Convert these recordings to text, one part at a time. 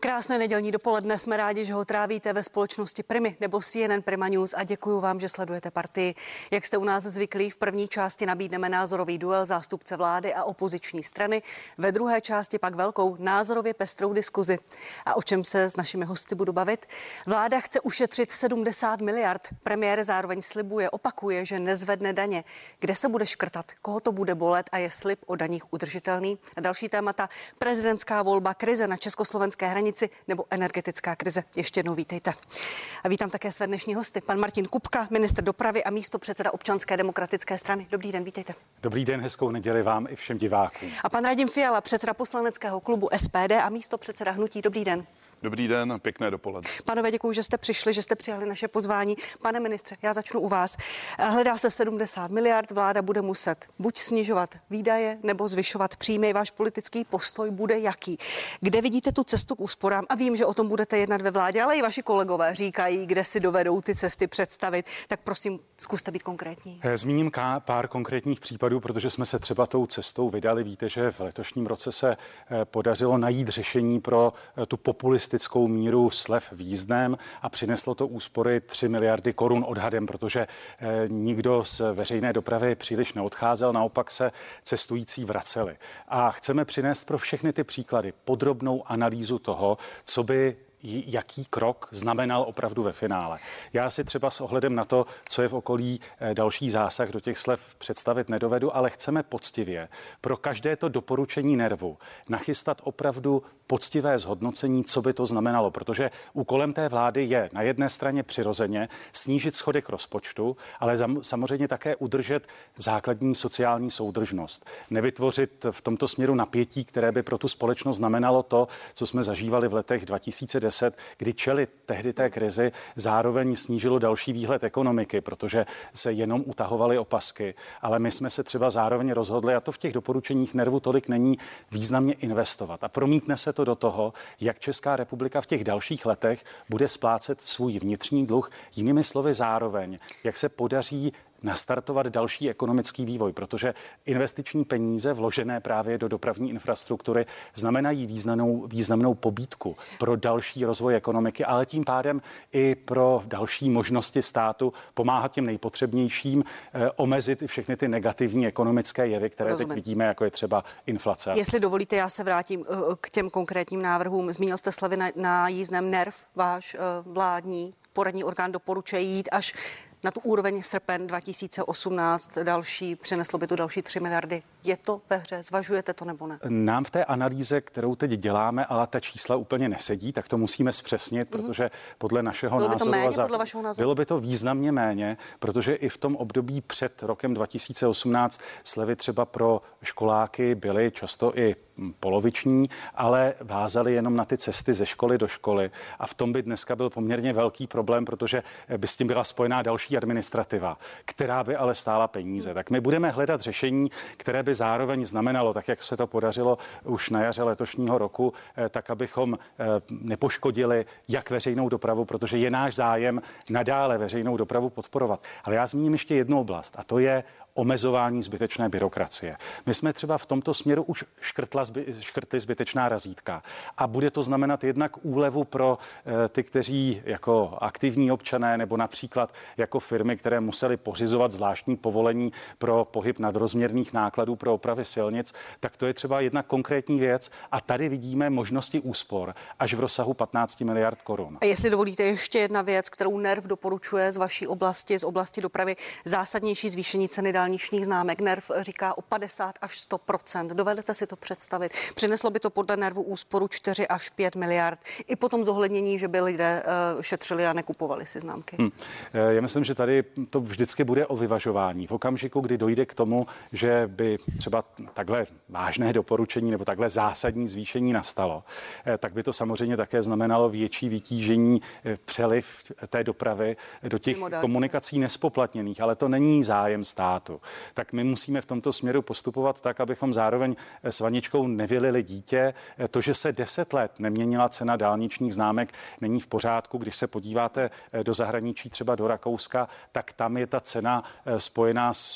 Krásné nedělní dopoledne, jsme rádi, že ho trávíte ve společnosti Primy nebo CNN Prima News a děkuji vám, že sledujete Partii. Jak jste u nás zvyklí, v první části nabídneme názorový duel zástupce vlády a opoziční strany, ve druhé části pak velkou názorově pestrou diskuzi. A o čem se s našimi hosty budu bavit? Vláda chce ušetřit 70 miliard. Premiér zároveň opakuje, že nezvedne daně. Kde se bude škrtat, koho to bude bolet a je slib o daních udržitelný? A další témata: prezidentská volba, krize na československé hranici nebo energetická krize. Ještě jednou vítejte. A vítám také své dnešní hosty. Pan Martin Kupka, ministr dopravy a místopředseda Občanské demokratické strany. Dobrý den, vítejte. Dobrý den, hezkou neděli vám i všem divákům. A pan Radim Fiala, předseda poslaneckého klubu SPD a místopředseda hnutí. Dobrý den. Dobrý den a pěkné dopoledne. Pánové, děkuji, že jste přišli, že jste přijali naše pozvání. Pane ministře, já začnu u vás. Hledá se 70 miliard, vláda bude muset buď snižovat výdaje nebo zvyšovat příjmy. Váš politický postoj bude jaký? Kde vidíte tu cestu k úsporám? A vím, že o tom budete jednat ve vládě, ale i vaši kolegové říkají, kde si dovedou ty cesty představit. Tak prosím, zkuste být konkrétní. Zmíním pár konkrétních případů, protože jsme se třeba tou cestou vydali. Víte, že v letošním roce se podařilo najít řešení pro tu populistickou míru slev v jízdném a přineslo to úspory 3 miliardy korun odhadem, protože nikdo z veřejné dopravy příliš neodcházel, naopak se cestující vraceli. A chceme přinést pro všechny ty příklady podrobnou analýzu toho, co by jaký krok znamenal opravdu ve finále. Já si třeba s ohledem na to, co je v okolí, další zásah do těch slev představit nedovedu, ale chceme poctivě pro každé to doporučení NERVu nachystat opravdu poctivé zhodnocení, co by to znamenalo, protože úkolem té vlády je na jedné straně přirozeně snížit schodek rozpočtu, ale samozřejmě také udržet základní sociální soudržnost. Nevytvořit v tomto směru napětí, které by pro tu společnost znamenalo to, co jsme zažívali v letech 2010, kdy čelit tehdy té krizi zároveň snížilo další výhled ekonomiky, protože se jenom utahovaly opasky, ale my jsme se třeba zároveň rozhodli, a to v těch doporučeních NERVu tolik není, významně investovat. A promítne se to do toho, jak Česká republika v těch dalších letech bude splácet svůj vnitřní dluh, jinými slovy zároveň, jak se podaří nastartovat další ekonomický vývoj, protože investiční peníze vložené právě do dopravní infrastruktury znamenají významnou pobídku pro další rozvoj ekonomiky, ale tím pádem i pro další možnosti státu pomáhat těm nejpotřebnějším, omezit i všechny ty negativní ekonomické jevy, které teď vidíme, jako je třeba inflace. Jestli dovolíte, já se vrátím k těm konkrétním návrhům. Zmínil jste slevy na jízdném. NERV, váš vládní poradní orgán, doporučuje jít až na tu úroveň srpen 2018, přineslo by to další 3 miliardy. Je to ve hře? Zvažujete to nebo ne? Nám v té analýze, kterou teď děláme, ale ta čísla úplně nesedí, tak to musíme zpřesnit, protože podle našeho názoru bylo by to významně méně, protože i v tom období před rokem 2018 slevy třeba pro školáky byly často i poloviční, ale vázaly jenom na ty cesty ze školy do školy. A v tom by dneska byl poměrně velký problém, protože by s tím byla spojená další administrativa, která by ale stála peníze. Tak my budeme hledat řešení, které by zároveň znamenalo, tak jak se to podařilo už na jaře letošního roku, tak abychom nepoškodili jak veřejnou dopravu, protože je náš zájem nadále veřejnou dopravu podporovat. Ale já zmíním ještě jednu oblast, a to je omezování zbytečné byrokracie. My jsme třeba v tomto směru už škrtli zbytečná razítka a bude to znamenat jednak úlevu pro ty, kteří jako aktivní občané nebo například jako firmy, které musely pořizovat zvláštní povolení pro pohyb nadrozměrných nákladů pro opravy silnic, tak to je třeba jedna konkrétní věc a tady vidíme možnosti úspor až v rozsahu 15 miliard korun. A jestli dovolíte, ještě jedna věc, kterou NERV doporučuje z vaší oblasti, z oblasti dopravy, zásadnější zvýšení ceny dálničních známek. NERV říká o 50 až 100%. Dovedete si to představit? Přineslo by to podle NERVu úsporu 4 až 5 miliard. I potom zohlednění, že by lidé šetřili a nekupovali si známky. Já myslím, že tady to vždycky bude o vyvažování. V okamžiku, kdy dojde k tomu, že by třeba takhle vážné doporučení nebo takhle zásadní zvýšení nastalo, tak by to samozřejmě také znamenalo větší vytížení, přeliv té dopravy do těch komunikací nespoplatněných, ale to není zájem státu. Tak my musíme v tomto směru postupovat tak, abychom zároveň s vaničkou nevylili dítě. To, že se 10 let neměnila cena dálničních známek, není v pořádku. Když se podíváte do zahraničí, třeba do Rakouska, tak tam je ta cena spojená s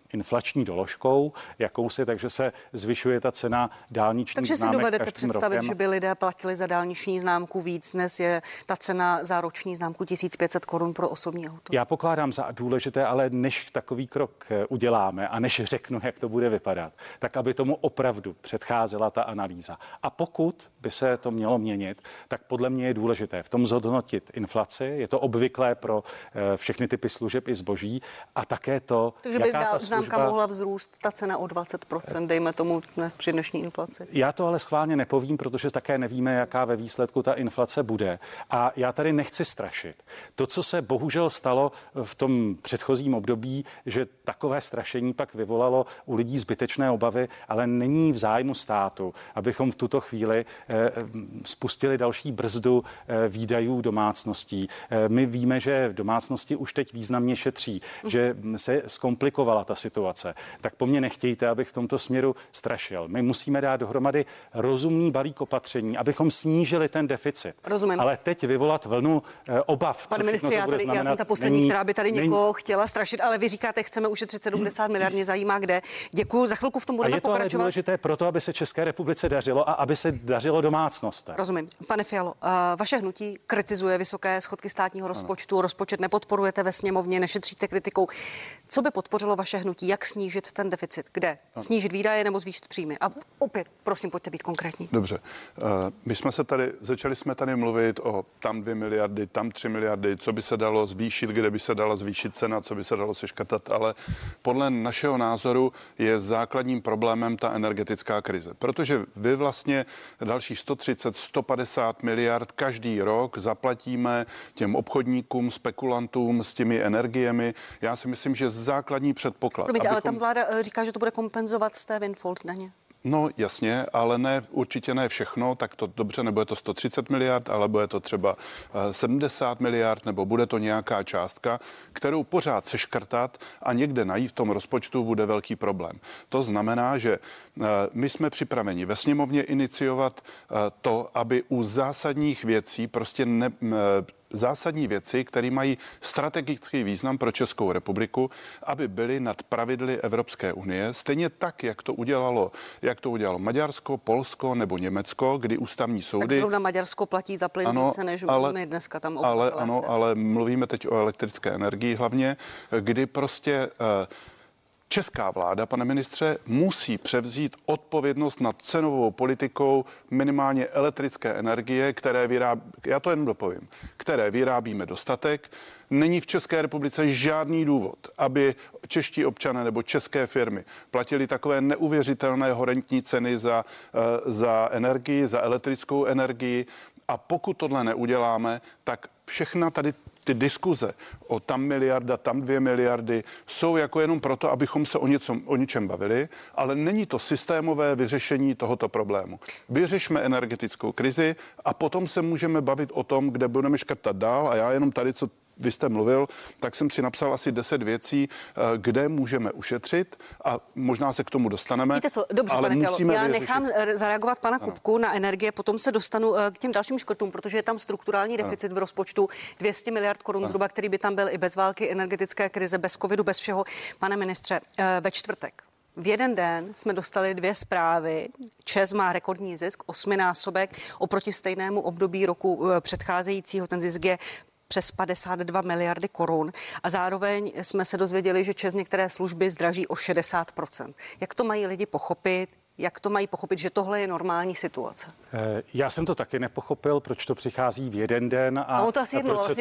inflační doložkou jakousi, takže se zvyšuje ta cena dálničních takže známek. Takže si dovedete představit, rokem. že by lidé platili za dálniční známku víc, dnes je ta cena za roční známku 1500 korun pro osobní auto. Já pokládám za důležité, ale než takový krok uděláme a než řeknu, jak to bude vypadat, tak aby tomu opravdu předcházela ta analýza. A pokud by se to mělo měnit, tak podle mě je důležité v tom zhodnotit inflaci. Je to obvyklé pro všechny typy služeb i zboží a také to, takže by známka mohla vzrůst ta cena o 20%, dejme tomu při dnešní inflaci. Já to ale schválně nepovím, protože také nevíme, jaká ve výsledku ta inflace bude. A já tady nechci strašit. To, co se bohužel stalo v tom předchozím období, že takové strašení pak vyvolalo u lidí zbytečné obavy, ale není v zájmu státu, abychom v tuto chvíli spustili další brzdu výdajů domácností. My víme, že domácnosti už teď významně šetří, že se zkomplikovala ta situace. Tak po mně nechtějte, abych v tomto směru strašil. My musíme dát dohromady rozumný balík opatření, abychom snížili ten deficit. Rozumím. Ale teď vyvolat vlnu obav. Pane ministře, já jsem ta poslední, která by tady někoho chtěla strašit, ale vy říkáte, chceme ušetřit 70 miliard, mě zajímá kde. Děkuji, za chvilku v tom budeme pokračovat. Je to ale důležité proto, aby se České republice dařilo a aby se dařilo domácnostem. Rozumím. Pane Fialo, vaše hnutí kritizuje vysoké schodky státního rozpočtu, rozpočet nepodporujete ve sněmovně, nešetříte kritikou. Co by podpořilo vaše hnutí? Jak snížit ten deficit? Kde? Snížit výdaje nebo zvýšit příjmy? A opět, prosím, pojďte být konkrétní. Dobře. Začali jsme tady mluvit o tam 2 miliardy, tam 3 miliardy, co by se dalo zvýšit, kde by se dala zvýšit cena, co by se dalo seškrtat, ale podle našeho názoru je základním problémem ta energetická krize, protože vy vlastně dalších 130-150 miliard každý rok zaplatíme těm obchodníkům, spekulantům s těmi energiemi. Já si myslím, že základní předpoklad. Ale tam vláda říká, že to bude kompenzovat z té windfall daně. No jasně, ale ne, určitě ne všechno, tak to dobře, nebude to 130 miliard, ale bude to třeba 70 miliard, nebo bude to nějaká částka, kterou pořád seškrtat a někde najít v tom rozpočtu bude velký problém. To znamená, že my jsme připraveni ve sněmovně iniciovat to, aby u zásadních věcí prostě zásadní věci, které mají strategický význam pro Českou republiku, aby byly nad pravidly Evropské unie, stejně tak, jak to udělalo Maďarsko, Polsko nebo Německo, kdy ústavní soudy. Tak zrovna Maďarsko platí za plyn více než my dneska tam ale mluvíme teď o elektrické energii hlavně, kdy prostě česká vláda, pane ministře, musí převzít odpovědnost nad cenovou politikou minimálně elektrické energie, které vyrábíme dostatek. Není v České republice žádný důvod, aby čeští občané nebo české firmy platili takové neuvěřitelné horentní ceny za energii, za elektrickou energii. A pokud tohle neuděláme, tak všechna tady ty diskuze o tam miliarda, tam 2 miliardy jsou jako jenom proto, abychom se o něčem bavili, ale není to systémové vyřešení tohoto problému. Vyřešme energetickou krizi a potom se můžeme bavit o tom, kde budeme škrtat dál a já jenom tady, co vy jste mluvil, tak jsem si napsal asi 10 věcí, kde můžeme ušetřit a možná se k tomu dostaneme. Víte co, dobře, pane Fialo, já nechám zareagovat pana Kupku na energie, potom se dostanu k těm dalším škrtům, protože je tam strukturální deficit v rozpočtu 200 miliard korun zhruba, který by tam byl i bez války, energetické krize, bez covidu, bez všeho. Pane ministře, ve čtvrtek v jeden den jsme dostali 2 zprávy. ČEZ má rekordní zisk, 8násobek oproti stejnému období roku předcházejícího. Ten zisk je přes 52 miliardy korun a zároveň jsme se dozvěděli, že ČEZ některé služby zdraží o 60%. Jak to mají lidi pochopit? Jak to mají pochopit, že tohle je normální situace? Já jsem to taky nepochopil, proč to přichází v jeden den a to asi jedno, proč se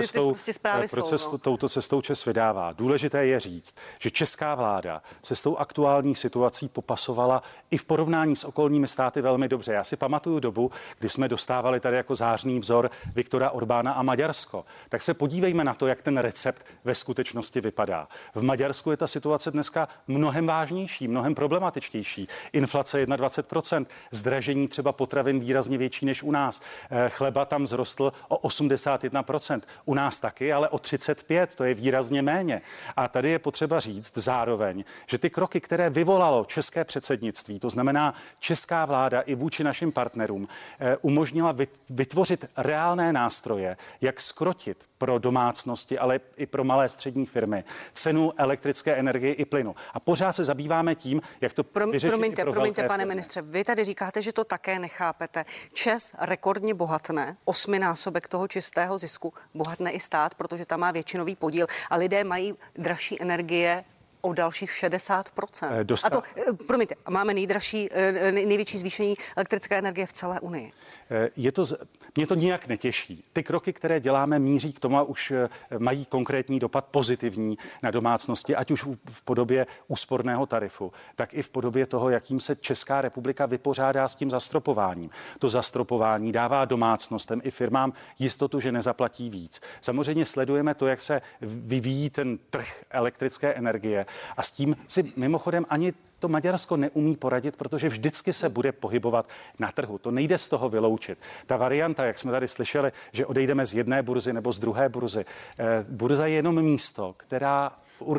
touto cestou ČEZ vydává. Důležité je říct, že česká vláda se s tou aktuální situací popasovala i v porovnání s okolními státy velmi dobře. Já si pamatuju dobu, kdy jsme dostávali tady jako zářný vzor Viktora Orbána a Maďarsko. Tak se podívejme na to, jak ten recept ve skutečnosti vypadá. V Maďarsku je ta situace dneska mnohem vážnější, mnohem problematičtější. Inflace inflace 21%, zdražení třeba potravin výrazně větší než u nás. Chleba tam vzrostl o 81%, u nás taky, ale o 35%, to je výrazně méně. A tady je potřeba říct zároveň, že ty kroky, které vyvolalo české předsednictví, to znamená česká vláda i vůči našim partnerům, umožnila vytvořit reálné nástroje, jak zkrotit pro domácnosti, ale i pro malé střední firmy cenu elektrické energie i plynu. A pořád se zabýváme tím, jak to vyřešit. Promiňte, pane ministře, vy tady říkáte, že to také nechápete. ČEZ rekordně bohatne, 8násobek toho čistého zisku, bohatne i stát, protože tam má většinový podíl a lidé mají dražší energie o dalších 60%. A to, promiňte, máme největší zvýšení elektrické energie v celé Unii. Mě to nijak netěší. Ty kroky, které děláme, míří k tomu a už mají konkrétní dopad pozitivní na domácnosti, ať už v podobě úsporného tarifu, tak i v podobě toho, jakým se Česká republika vypořádá s tím zastropováním. To zastropování dává domácnostem i firmám jistotu, že nezaplatí víc. Samozřejmě sledujeme to, jak se vyvíjí ten trh elektrické energie a s tím si mimochodem ani to Maďarsko neumí poradit, protože vždycky se bude pohybovat na trhu. To nejde z toho vyloučit. Ta varianta, jak jsme tady slyšeli, že odejdeme z jedné burzy nebo z druhé burzy. Burza je jenom místo, které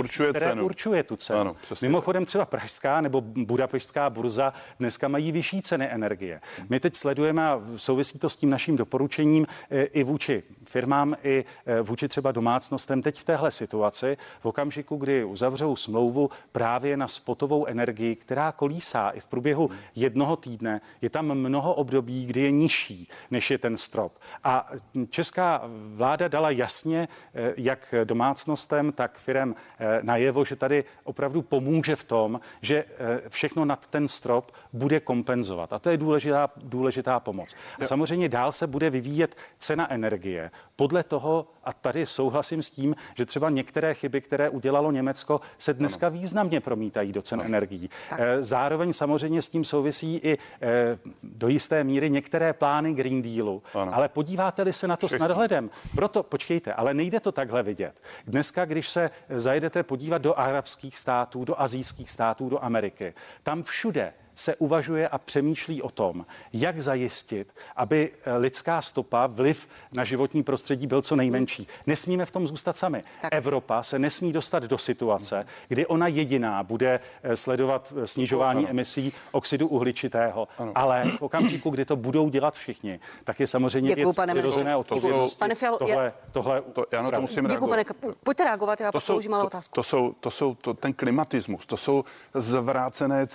určuje tu cenu. Ano, mimochodem třeba pražská nebo budapeštská burza dneska mají vyšší ceny energie. My teď sledujeme a souvisí to s tím naším doporučením i vůči firmám, i vůči třeba domácnostem teď v téhle situaci, v okamžiku, kdy uzavřou smlouvu právě na spotovou energii, která kolísá i v průběhu jednoho týdne, je tam mnoho období, kdy je nižší, než je ten strop. A česká vláda dala jasně jak domácnostem, tak firem najevo, že tady opravdu pomůže v tom, že všechno nad ten strop bude kompenzovat. A to je důležitá pomoc. A samozřejmě dál se bude vyvíjet cena energie podle toho, a tady souhlasím s tím, že třeba některé chyby, které udělalo Německo, se dneska významně promítají do cen energií. Zároveň samozřejmě s tím souvisí i do jisté míry některé plány Green Dealu. Ale podíváte-li se na to s nadhledem, proto počkejte, ale nejde to takhle vidět. Dneska, když se zajedete podívat do arabských států, do asijských států, do Ameriky, tam všude se uvažuje a přemýšlí o tom, jak zajistit, aby lidská stopa, vliv na životní prostředí byl co nejmenší. Nesmíme v tom zůstat sami. Tak. Evropa se nesmí dostat do situace, kdy ona jediná bude sledovat snižování emisí oxidu uhličitého, ale v okamžiku, kdy to budou dělat všichni, tak je samozřejmě věc přirozené odpovědnosti. Pane Fialo, tohle já na to musím reagovat. Pojďte reagovat, já položím malou otázku. Ten klimatismus, to jsou zvrácené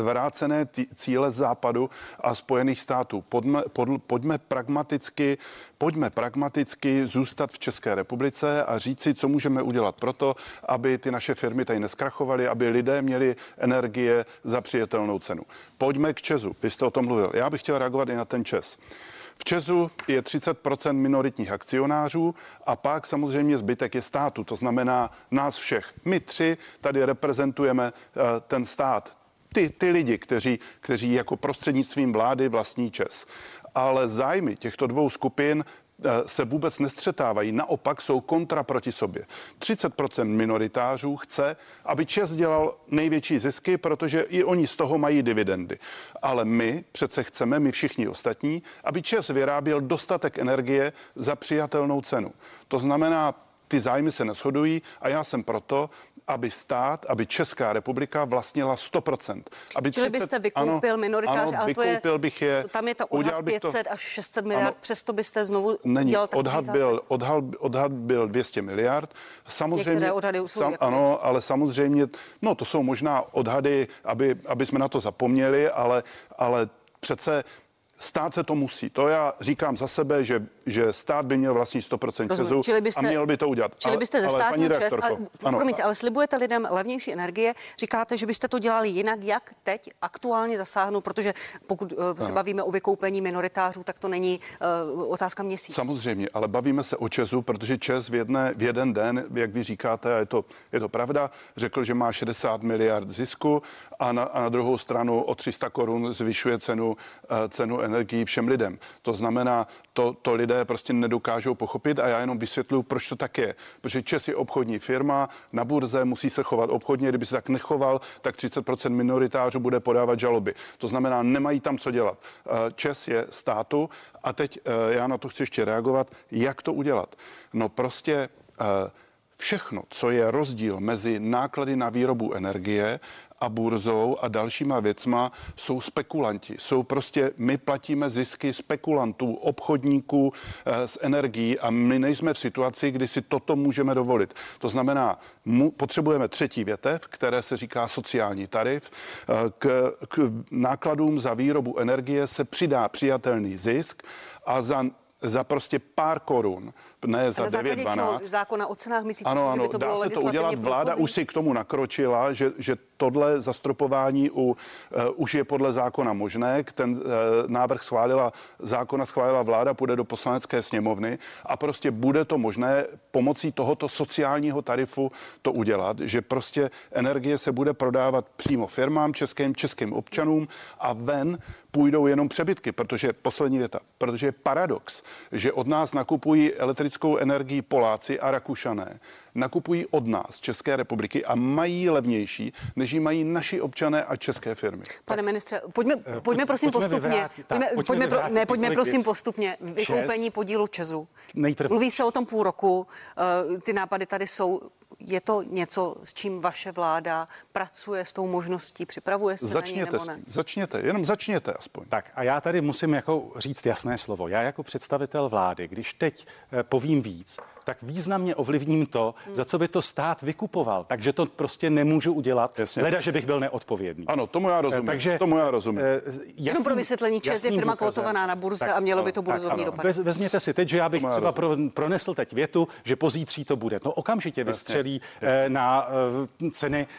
cíle Západu a Spojených států. Pojďme pragmaticky zůstat v České republice a říci, co můžeme udělat proto, aby ty naše firmy tady neskrachovaly, aby lidé měli energie za přijatelnou cenu. Pojďme k ČEZu. Vy jste o tom mluvil. Já bych chtěl reagovat i na ten ČEZ. V ČEZu je 30% minoritních akcionářů a pak samozřejmě zbytek je státu, to znamená nás všech. My tři tady reprezentujeme ten stát. Ty lidi, kteří jako prostřednictvím vlády vlastní ČEZ. Ale zájmy těchto dvou skupin se vůbec nestřetávají, naopak jsou kontra proti sobě. 30% minoritářů chce, aby ČEZ dělal největší zisky, protože i oni z toho mají dividendy. Ale my přece chceme, my všichni ostatní, aby ČEZ vyráběl dostatek energie za přijatelnou cenu. To znamená, ty zájmy se neshodují a já jsem proto, aby Česká republika vlastnila 100%. Čili byste vykoupil minoritář, ale vykoupil bych je. Tam je to odhad 500 až 600 miliard, přesto byste znovu dělal takový odhad byl 200 miliard. Samozřejmě, některé odhady jsou ano, ale samozřejmě, to jsou možná odhady, aby jsme na to zapomněli, ale přece stát se to musí. To já říkám za sebe, že stát by měl vlastní 100% ČEZu a měl by to udělat. Čili byste ze státního ČEZ, promiňte, ale slibujete lidem levnější energie, říkáte, že byste to dělali jinak, jak teď aktuálně zasáhnout, protože pokud se bavíme o vykoupení minoritářů, tak to není otázka měsíce. Samozřejmě, ale bavíme se o ČEZu, protože ČEZ v jeden den, jak vy říkáte, a je to pravda, řekl, že má 60 miliard zisku a na druhou stranu o 300 korun zvyšuje cenu energii všem lidem. To znamená, to lidé prostě nedokážou pochopit a já jenom vysvětluju, proč to tak je. Protože ČEZ je obchodní firma, na burze musí se chovat obchodně, kdyby se tak nechoval, tak 30% minoritářů bude podávat žaloby. To znamená, nemají tam co dělat. ČEZ je státu a teď já na to chci ještě reagovat, jak to udělat. No prostě všechno, co je rozdíl mezi náklady na výrobu energie a burzou a dalšíma věcma, jsou spekulanti. Jsou prostě, my platíme zisky spekulantů, obchodníků s energií a my nejsme v situaci, kdy si toto můžeme dovolit. To znamená, potřebujeme třetí větev, které se říká sociální tarif. K nákladům za výrobu energie se přidá přijatelný zisk a za prostě pár korun, ne za 9-12. Zákona o cenách, myslíte, ano, že by to dá bylo se to udělat. Vláda už si k tomu nakročila, že tohle zastropování už je podle zákona možné. Ten návrh schválila vláda, půjde do Poslanecké sněmovny a prostě bude to možné pomocí tohoto sociálního tarifu to udělat, že prostě energie se bude prodávat přímo firmám, českým občanům a ven půjdou jenom přebytky, protože poslední věta, protože je paradox, že od nás nakupují elektrickou energii Poláci a Rakušané, nakupují od nás České republiky a mají levnější, než ji mají naši občané a české firmy. Pane ministře, pojďme prosím postupně. Pojďme prosím postupně. Vykoupení podílu ČEZu. Mluví se o tom půl roku, ty nápady tady jsou. Je to něco, s čím vaše vláda pracuje, s tou možností, připravuje se na ní nebo ne? Začněte aspoň. Tak a já tady musím jako říct jasné slovo. Já jako představitel vlády, když teď povím víc, tak významně ovlivním to, za co by to stát vykupoval. Takže to prostě nemůžu udělat, leda, že bych byl neodpovědný. Ano, tomu já rozumím. Takže, jenom pro vysvětlení, ČEZ je firma kotovaná na burze a mělo by to burzovní dopad. Vezměte si teď, že já bych třeba pronesl teď větu, že pozítří to bude. No okamžitě vystřelí na ceny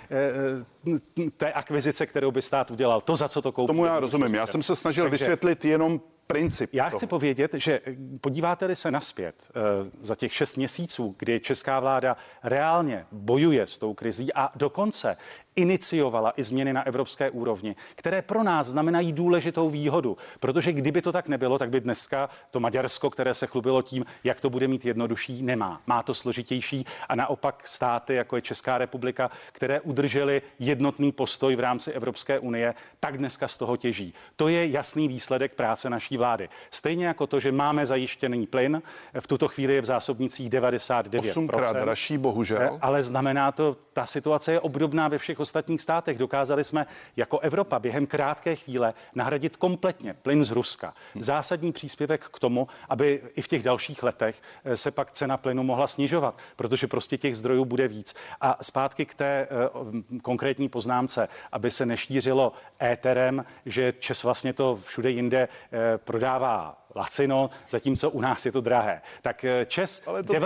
té akvizice, kterou by stát udělal. To, za co to koupí. Tomu já rozumím. Já jsem se snažil vysvětlit jenom princip. Já chci povědět, že podíváte-li se naspět za těch 6 měsíců, kdy česká vláda reálně bojuje s tou krizí a dokonce iniciovala i změny na evropské úrovni, které pro nás znamenají důležitou výhodu, protože kdyby to tak nebylo, tak by dneska to Maďarsko, které se chlubilo tím, jak to bude mít jednodušší, nemá. Má to složitější a naopak státy, jako je Česká republika, které udržely jednotný postoj v rámci Evropské unie, tak dneska z toho těží. To je jasný výsledek práce naší vlády. Stejně jako to, že máme zajištěný plyn, v tuto chvíli je v zásobnicích 99%. 8krát dražší, bohužel. Ale znamená to, ta situace je obdobná ve všech ostatních státech. Dokázali jsme jako Evropa během krátké chvíle nahradit kompletně plyn z Ruska. Zásadní příspěvek k tomu, aby i v těch dalších letech se pak cena plynu mohla snižovat, protože prostě těch zdrojů bude víc. A zpátky k té konkrétní poznámce, aby se nešířilo éterem, že ČEZ vlastně to všude jinde prodává lacino, zatímco u nás je to drahé. Tak ČEZ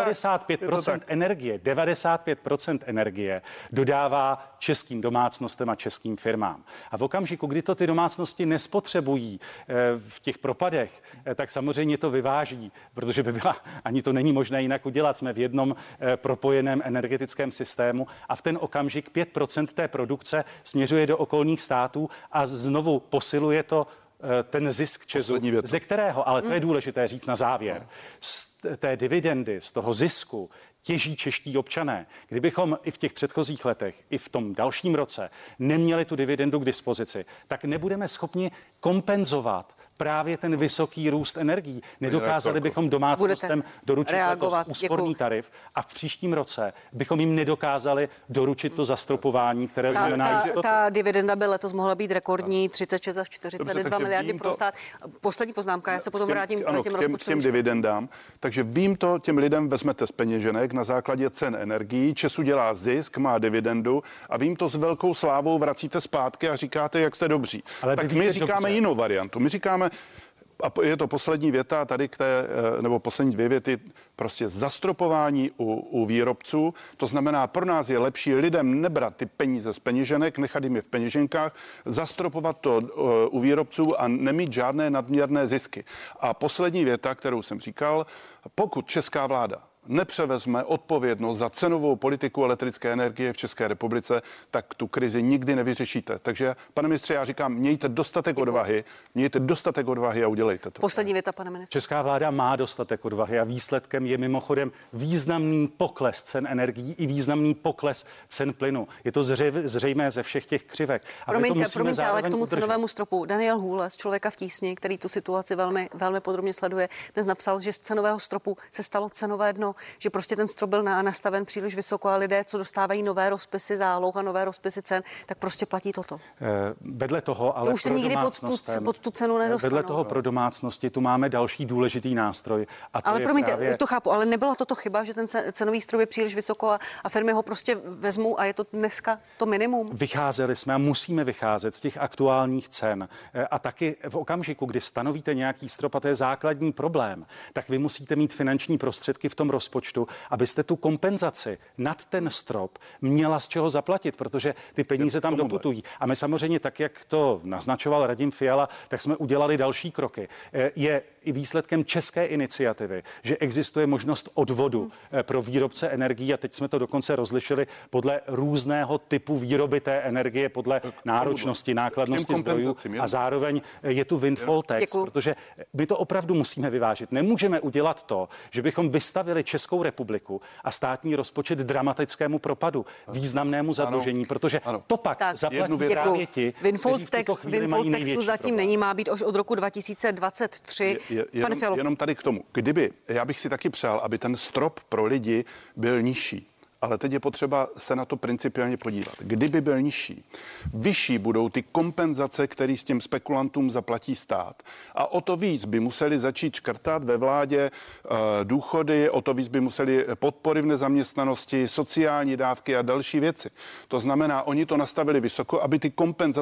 95% energie dodává českým domácnostem a českým firmám. A v okamžiku, kdy to ty domácnosti nespotřebují v těch propadech, tak samozřejmě to vyváží, protože by byla, ani to není možné jinak udělat. Jsme v jednom propojeném energetickém systému a v ten okamžik 5% té produkce směřuje do okolních států a znovu posiluje to ten zisk ČEZu, ze kterého, ale to je důležité říct na závěr, z té dividendy, z toho zisku těží čeští občané. Kdybychom i v těch předchozích letech, i v tom dalším roce neměli tu dividendu k dispozici, tak nebudeme schopni kompenzovat právě ten vysoký růst energií. Nedokázali bychom domácnostem doručit úsporný tarif a v příštím roce bychom jim nedokázali doručit to zastropování, které znamená jistotu. Ta dividenda by letos mohla být rekordní, 36 až 42 miliardy pro stát. Poslední poznámka, já se potom vrátím k těm rozpočtovým dividendám. Takže vím to, těm lidem vezmete z peněženek na základě cen energií, ČEZ udělá zisk, má dividendu a vím to s velkou slávou vracíte zpátky a říkáte, jak jste dobří. Ale tak my říkáme jinou variantu. My říkáme, a je to poslední věta tady k té, nebo poslední 2 věty, prostě zastropování u výrobců. To znamená, pro nás je lepší lidem nebrat ty peníze z peněženek, nechat jim je v peněženkách, zastropovat to u výrobců a nemít žádné nadměrné zisky. A poslední věta, kterou jsem říkal, pokud česká vláda nepřevezme odpovědnost za cenovou politiku elektrické energie v České republice, tak tu krizi nikdy nevyřešíte. Takže, pane ministře, já říkám, mějte dostatek odvahy a udělejte to. Poslední věta, pane ministře. Česká vláda má dostatek odvahy a výsledkem je mimochodem významný pokles cen energií i významný pokles cen plynu. Je to zřejmé ze všech těch křivek. Promiňte, ale k tomu cenovému stropu. Daniel Hůle z Člověka v tísni, který tu situaci velmi, velmi podrobně sleduje, dnes napsal, že z cenového stropu se stalo cenové dno, že prostě ten strop byl nastaven příliš vysoko a lidé, co dostávají nové rozpisy záloh a nové rozpisy cen, tak prostě platí toto. Vedle toho, ale už se nikdy pod tu cenu nedostanou. Vedle toho pro domácnosti tu máme další důležitý nástroj. A to ale promiňte, právě... to chápu, ale nebyla toto chyba, že ten cenový strop je příliš vysoko a firmy ho prostě vezmou a je to dneska to minimum? Vycházeli jsme a musíme vycházet z těch aktuálních cen. A taky v okamžiku, kdy stanovíte nějaký strop, a to je základní problém, tak vy musíte mít finanční prostředky v tom rozpočtu, abyste tu kompenzaci nad ten strop měla z čeho zaplatit, protože ty peníze tam doputují. A my samozřejmě, tak jak to naznačoval Radim Fiala, tak jsme udělali další kroky. Je i výsledkem české iniciativy, že existuje možnost odvodu pro výrobce energií a teď jsme to dokonce rozlišili podle různého typu výroby té energie, podle náročnosti, nákladnosti zdrojů a zároveň je tu windfall tax, protože my to opravdu musíme vyvážit. Nemůžeme udělat to, že bychom vystavili Českou republiku a státní rozpočet dramatickému propadu, významnému zadlužení, protože to pak zaplatí právě ti, kteří v tuto chvíli mají největší problém. Zatím není, má být už od roku 2023. Jenom tady k tomu. Já bych si taky přál, aby ten strop pro lidi byl nižší. Ale teď je potřeba se na to principiálně podívat. Kdyby byl nižší, vyšší budou ty kompenzace, které s těm spekulantům zaplatí stát. A o to víc by museli začít škrtat ve vládě důchody, o to víc by museli podpory v nezaměstnanosti, sociální dávky a další věci. To znamená, oni to nastavili vysoko, aby ty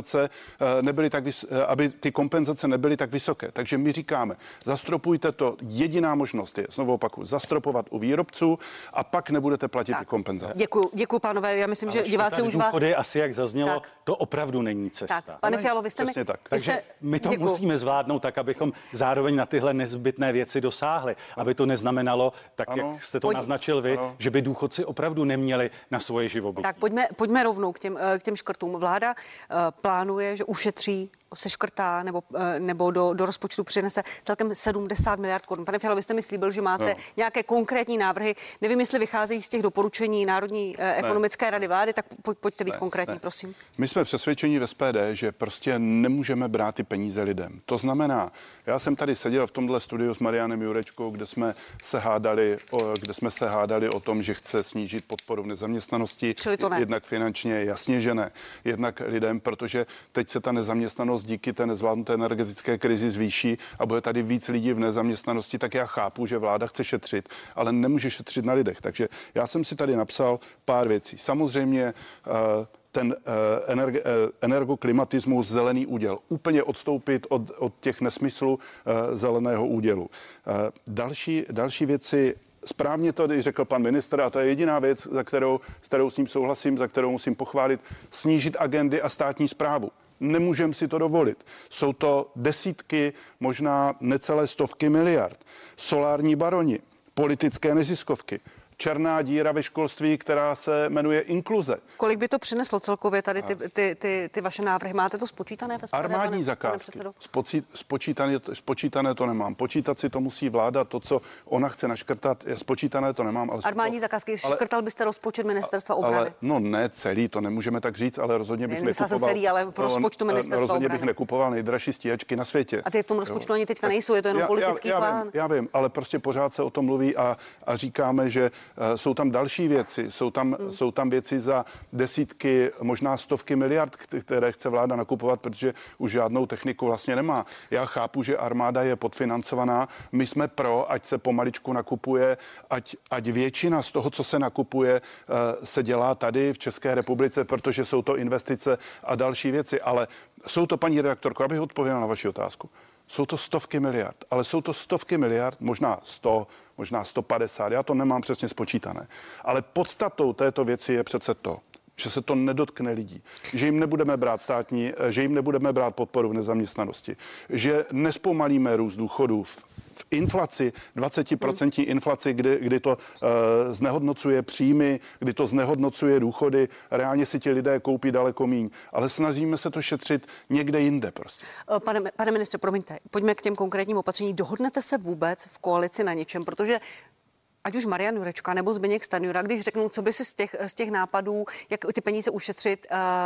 kompenzace nebyly tak vysoké. Takže my říkáme, zastropujte to. Jediná možnost je, znovu opakuju, zastropovat u výrobců a pak nebudete platit ty kompenzace. Děkuji, pánové. Já myslím, že diváci už důchody, asi jak zaznělo, to opravdu není cesta. Tak, pane Fialo, vy jste mi... Takže my to musíme zvládnout tak, abychom zároveň na tyhle nezbytné věci dosáhli. Aby to neznamenalo, tak jak jste to naznačil vy, že by důchodci opravdu neměli na svoje živobytí. Tak pojďme rovnou k těm škrtům. Vláda plánuje, že ušetří, seškrtá nebo do rozpočtu přinese celkem 70 miliard korun. Pane Fialo, vy jste mi slíbil, že máte nějaké konkrétní návrhy. Nevím, jestli vycházejí z těch doporučení Národní ekonomické rady vlády, tak pojďte být konkrétní, prosím. My jsme přesvědčeni v SPD, že prostě nemůžeme brát ty peníze lidem. To znamená, já jsem tady seděl v tomhle studiu s Marianem Jurečkou, kde jsme se hádali o tom, že chce snížit podporu v nezaměstnanosti. Čili to ne. Jednak finančně, jasně, že ne. Jednak lidem, protože teď se ta nezaměstnanost díky té nezvládnuté energetické krizi zvýší a bude tady víc lidí v nezaměstnanosti, tak já chápu, že vláda chce šetřit, ale nemůže šetřit na lidech. Takže já jsem si tady napsal pár věcí. Samozřejmě ten energoklimatismus, zelený úděl. Úplně odstoupit od těch nesmyslů zeleného údělu. Další věci. Správně to řekl pan ministr a to je jediná věc, s kterou s ním souhlasím, za kterou musím pochválit, snížit agendy a státní správu. Nemůžeme si to dovolit. Jsou to desítky, možná necelé stovky miliard. Solární baroni, politické neziskovky, černá díra ve školství, která se jmenuje inkluze. Kolik by to přineslo celkově tady ty vaše návrhy? Máte to spočítané ve SPD, armádní zakázky. Spočítané to nemám. Počítat si to musí vláda, to, co ona chce naškrtat, spočítané to nemám. Ale armádní zakázky, škrtal byste rozpočet ministerstva obrany? Ne celý, to nemůžeme tak říct, ale rozhodně bych nekupoval. Celý, ale v rozpočtu ministerstva rozhodně obrany. Bych nekupoval nejdražší stíhačky na světě. A ty v tom rozpočtu ani teďka nejsou, je to jenom politický plán. Já vím, ale prostě pořád se o tom mluví a říkáme, že jsou tam další věci, jsou tam věci za desítky, možná stovky miliard, které chce vláda nakupovat, protože už žádnou techniku vlastně nemá. Já chápu, že armáda je podfinancovaná, my jsme pro, ať se pomaličku nakupuje, ať většina z toho, co se nakupuje, se dělá tady v České republice, protože jsou to investice a další věci, ale jsou to, paní redaktorko, abych odpověděl na vaši otázku. Jsou to stovky miliard, ale jsou to stovky miliard, možná 100, možná 150, já to nemám přesně spočítané. Ale podstatou této věci je přece to, že se to nedotkne lidí, že jim nebudeme brát že jim nebudeme brát podporu v nezaměstnanosti, že nespomalíme růst důchodů v inflaci, 20% inflaci, kdy to znehodnocuje příjmy, kdy to znehodnocuje důchody, reálně si ti lidé koupí daleko míň, ale snažíme se to šetřit někde jinde prostě. Pane ministře, promiňte, pojďme k těm konkrétním opatřením. Dohodnete se vůbec v koalici na něčem, protože ať už Marian Jurečka nebo Zbyněk Stanjura, když řeknou, co by si z těch nápadů, jak ty peníze ušetřit,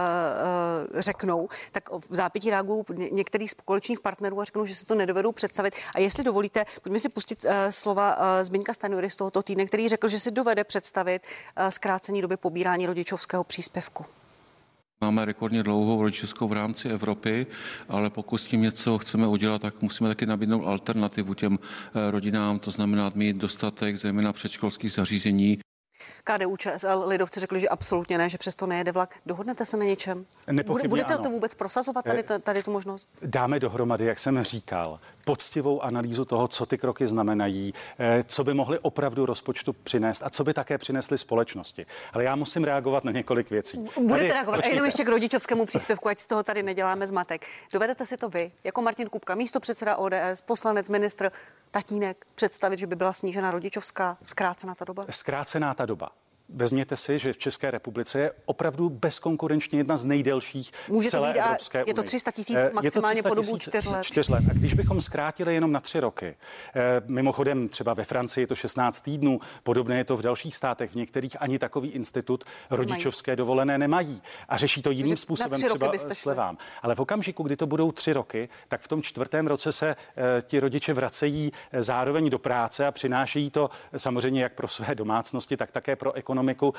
řeknou, tak v zápětí reagují některých z koaličních partnerů a řeknou, že si to nedovedou představit. A jestli dovolíte, pojďme si pustit slova Zbyňka Stanjury z tohoto týdne, který řekl, že si dovede představit zkrácení doby pobírání rodičovského příspěvku. Máme rekordně dlouhou rodičovskou v rámci Evropy, ale pokud s tím něco chceme udělat, tak musíme taky nabídnout alternativu těm rodinám, to znamená mít dostatek zejména předškolských zařízení. KDU, ČSL, lidovci řekli, že absolutně ne, že přesto nejede vlak. Dohodnete se na něčem? Budete to vůbec prosazovat tady tu možnost? Dáme dohromady, jak jsem říkal, poctivou analýzu toho, co ty kroky znamenají, co by mohly opravdu rozpočtu přinést a co by také přinesly společnosti. Ale já musím reagovat na několik věcí. Budete reagovat. A jenom ještě k rodičovskému příspěvku, ať z toho tady neděláme zmatek. Dovedete si to vy, jako Martin Kupka, místopředseda ODS, poslanec, ministr, tatínek, představit, že by byla snížena rodičovská, zkrácená ta doba? Zkrácená ta doba. Vezměte si, že v České republice je opravdu bezkonkurenčně jedna z nejdelších celé Evropské unie. Je to 300 000 maximálně po dobu 4 let. 4 let. A když bychom zkrátili jenom na 3 roky, mimochodem třeba ve Francii je to 16 týdnů, podobné je to v dalších státech, v některých ani takový institut rodičovské dovolené nemají a řeší to jiným způsobem, třeba slevám. Ale v okamžiku, kdy to budou 3 roky, tak v tom 4. roce se ti rodiče vracejí zároveň do práce a přinášejí to samozřejmě jak pro své domácnosti, tak také pro ekonomiku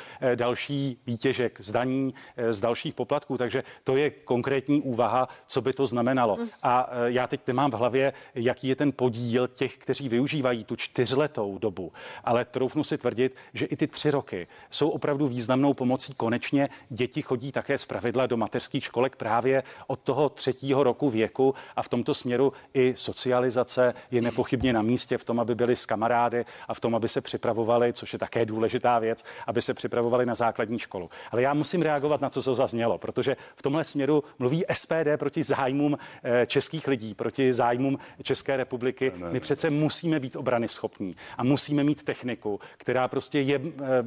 další výtěžek z daní, z dalších poplatků, takže to je konkrétní úvaha, co by to znamenalo. A já teď nemám v hlavě, jaký je ten podíl těch, kteří využívají tu 4letou dobu, ale troufnu si tvrdit, že i ty 3 roky jsou opravdu významnou pomocí. Konečně děti chodí také zpravidla do mateřských školek právě od toho 3. roku věku a v tomto směru i socializace je nepochybně na místě v tom, aby byli s kamarády a v tom, aby se připravovali, což je také důležitá věc, aby se připravovali na základní školu. Ale já musím reagovat na to, co zaznělo, protože v tomhle směru mluví SPD proti zájmům českých lidí, proti zájmům České republiky. My přece musíme být obrany schopní a musíme mít techniku, která prostě je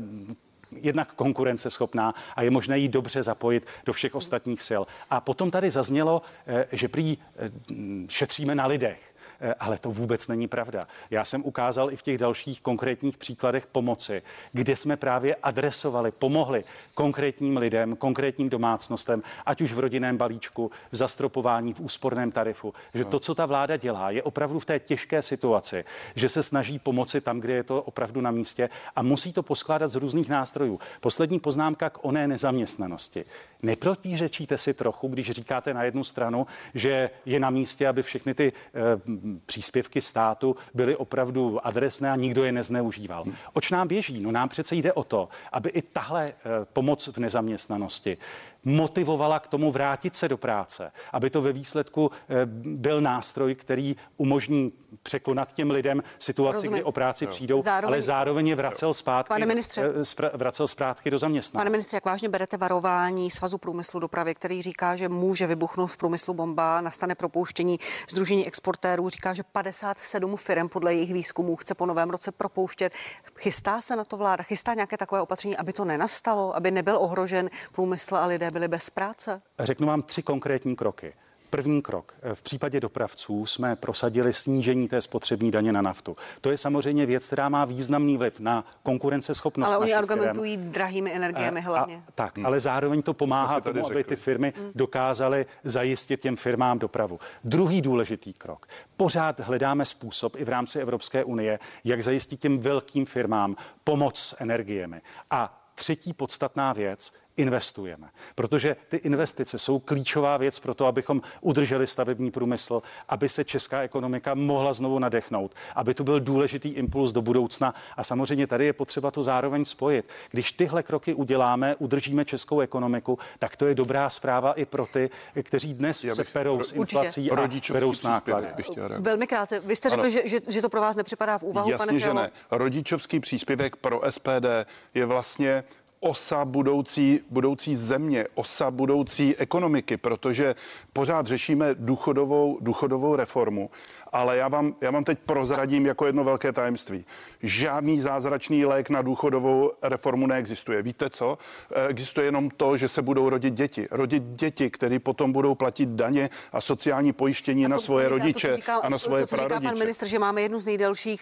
jednak konkurenceschopná a je možné ji dobře zapojit do všech ostatních sil. A potom tady zaznělo, že prý šetříme na lidech. Ale to vůbec není pravda. Já jsem ukázal i v těch dalších konkrétních příkladech pomoci, kde jsme právě adresovali, pomohli konkrétním lidem, konkrétním domácnostem, ať už v rodinném balíčku, v zastropování, v úsporném tarifu. Že to, co ta vláda dělá, je opravdu v té těžké situaci, že se snaží pomoci tam, kde je to opravdu na místě a musí to poskládat z různých nástrojů. Poslední poznámka k oné nezaměstnanosti. Neprotiřečíte si trochu, když říkáte na jednu stranu, že je na místě, aby všechny ty příspěvky státu byly opravdu adresné a nikdo je nezneužíval. Oč nám běží? No nám přece jde o to, aby i tahle pomoc v nezaměstnanosti motivovala k tomu vrátit se do práce, aby to ve výsledku byl nástroj, který umožní překonat těm lidem situaci, kdy o práci přijdou, ale zároveň je vracel zpátky do zaměstnání. Pane ministře, jak vážně berete varování Svazu průmyslu dopravy, který říká, že může vybuchnout v průmyslu bomba, nastane propouštění? Sdružení exportérů říká, že 57 firm podle jejich výzkumů chce po novém roce propouštět. Chystá se na to vláda? Chystá nějaké takové opatření, aby to nenastalo, aby nebyl ohrožen průmysl a lidé byli bez práce? Řeknu vám 3 konkrétní kroky. První krok. V případě dopravců jsme prosadili snížení té spotřební daně na naftu. To je samozřejmě věc, která má významný vliv na konkurenceschopnost. Ale oni argumentují drahými energiemi hlavně. Ale zároveň to pomáhá tomu, aby ty firmy dokázaly zajistit těm firmám dopravu. Druhý důležitý krok. Pořád hledáme způsob i v rámci Evropské unie, jak zajistit těm velkým firmám pomoc s energiemi. A třetí podstatná věc, investujeme, protože ty investice jsou klíčová věc pro to, abychom udrželi stavební průmysl, aby se česká ekonomika mohla znovu nadechnout, aby to byl důležitý impuls do budoucna a samozřejmě tady je potřeba to zároveň spojit. Když tyhle kroky uděláme, udržíme českou ekonomiku, tak to je dobrá zpráva i pro ty, kteří dnes se perou s inflací a perou s náklady. Velmi krátce. Vy jste řekl, že to pro vás nepřipadá v úvahu, jasně, pane že ne. Rodičovský příspěvek pro SPD je vlastně osa budoucí země, osa budoucí ekonomiky, protože pořád řešíme důchodovou reformu. Ale já vám teď prozradím jako jedno velké tajemství. Žádný zázračný lék na důchodovou reformu neexistuje. Víte co? Existuje jenom to, že se budou rodit děti. Rodit děti, které potom budou platit daně a sociální pojištění na svoje rodiče a na svoje prarodiče. Říká pan ministr, že máme jednu z nejdelších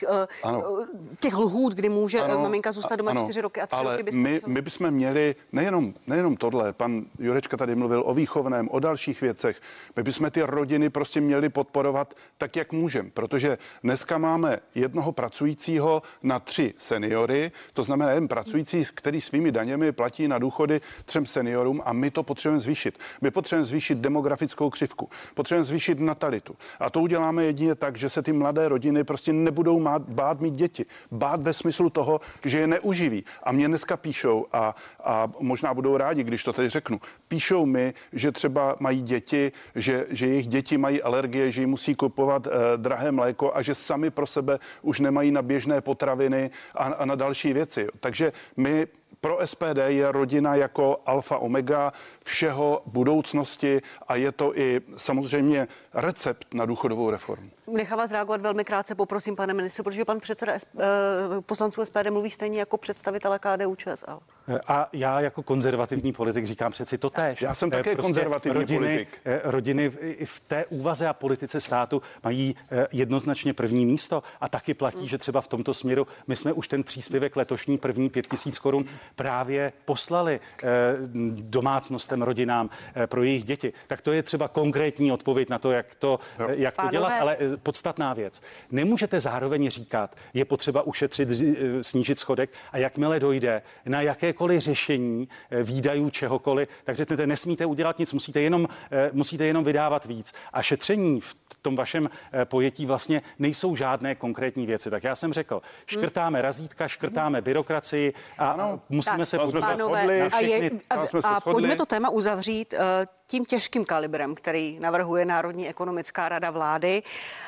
těch lhůt, kdy může maminka zůstat doma 4 roky a 3 roky by stačilo. My bychom měli nejenom tohle, pan Jurečka tady mluvil o výchovném, o dalších věcech. My bychom ty rodiny prostě měli podporovat tak, jak můžeme, protože dneska máme jednoho pracujícího na 3 seniory, to znamená jeden pracující, který svými daněmi platí na důchody 3 seniorům a my to potřebujeme zvýšit. My potřebujeme zvýšit demografickou křivku, potřebujeme zvýšit natalitu. A to uděláme jedině tak, že se ty mladé rodiny prostě nebudou bát mít děti. Bát ve smyslu toho, že je neuživí. A mě dneska píšou a možná budou rádi, když to tady řeknu. Píšou mi, že třeba mají děti, že jejich děti mají alergie, že jim musí kupovat drahé mléko a že sami pro sebe už nemají na běžné potraviny a na další věci. Takže pro SPD je rodina jako alfa omega všeho budoucnosti a je to i samozřejmě recept na důchodovou reformu. Nechám vás reagovat velmi krátce, poprosím, pane ministře, protože pan předseda poslanců SPD mluví stejně jako představitele KDU-ČSL. A já jako konzervativní politik říkám přeci to též. Já jsem také konzervativní politik. Rodiny i v té úvaze a politice státu mají jednoznačně první místo a taky platí, že třeba v tomto směru my jsme už ten příspěvek letošní první 5 000 korun právě poslali domácnostem, rodinám pro jejich děti. Tak to je třeba konkrétní odpověď na to, jak to dělat, ale podstatná věc. Nemůžete zároveň říkat, je potřeba ušetřit, snížit schodek a jakmile dojde na jakékoliv řešení výdajů čehokoliv, tak řeknete, nesmíte udělat nic, musíte jenom vydávat víc. A šetření v tom vašem pojetí vlastně nejsou žádné konkrétní věci. Tak já jsem řekl, škrtáme razítka, škrtáme byrokracii a musíme se podívat na všechny. A pojďme to téma uzavřít tím těžkým kalibrem, který navrhuje Národní ekonomická rada vlády.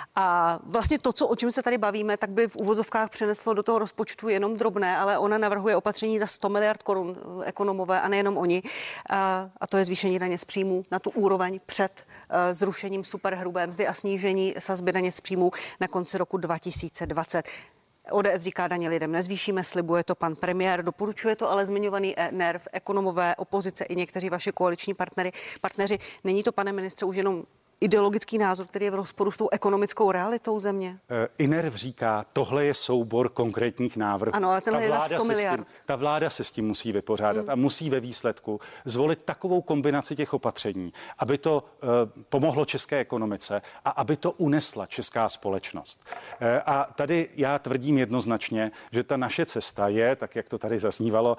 A vlastně to, o čem se tady bavíme, tak by v uvozovkách přineslo do toho rozpočtu jenom drobné, ale ona navrhuje opatření za 100 miliard korun, ekonomové a nejenom oni. A to je zvýšení daně z příjmů na tu úroveň před zrušením superhrubé mzdy a snížení sazby daně z příjmů na konci roku 2020. ODS říká, daně lidem nezvýšíme, slibuje to pan premiér, doporučuje to ale zmiňovaný NERV, ekonomové, opozice i někteří vaši koaliční partneři. Není to, pane ministře, už jenom ideologický názor, který je v rozporu s tou ekonomickou realitou země? INERV říká, tohle je soubor konkrétních návrhů. Ano, ale tenhle je za 100 miliard. Ta vláda se s tím musí vypořádat a musí ve výsledku zvolit takovou kombinaci těch opatření, aby to pomohlo české ekonomice a aby to unesla česká společnost. A tady já tvrdím jednoznačně, že ta naše cesta je, tak jak to tady zaznívalo,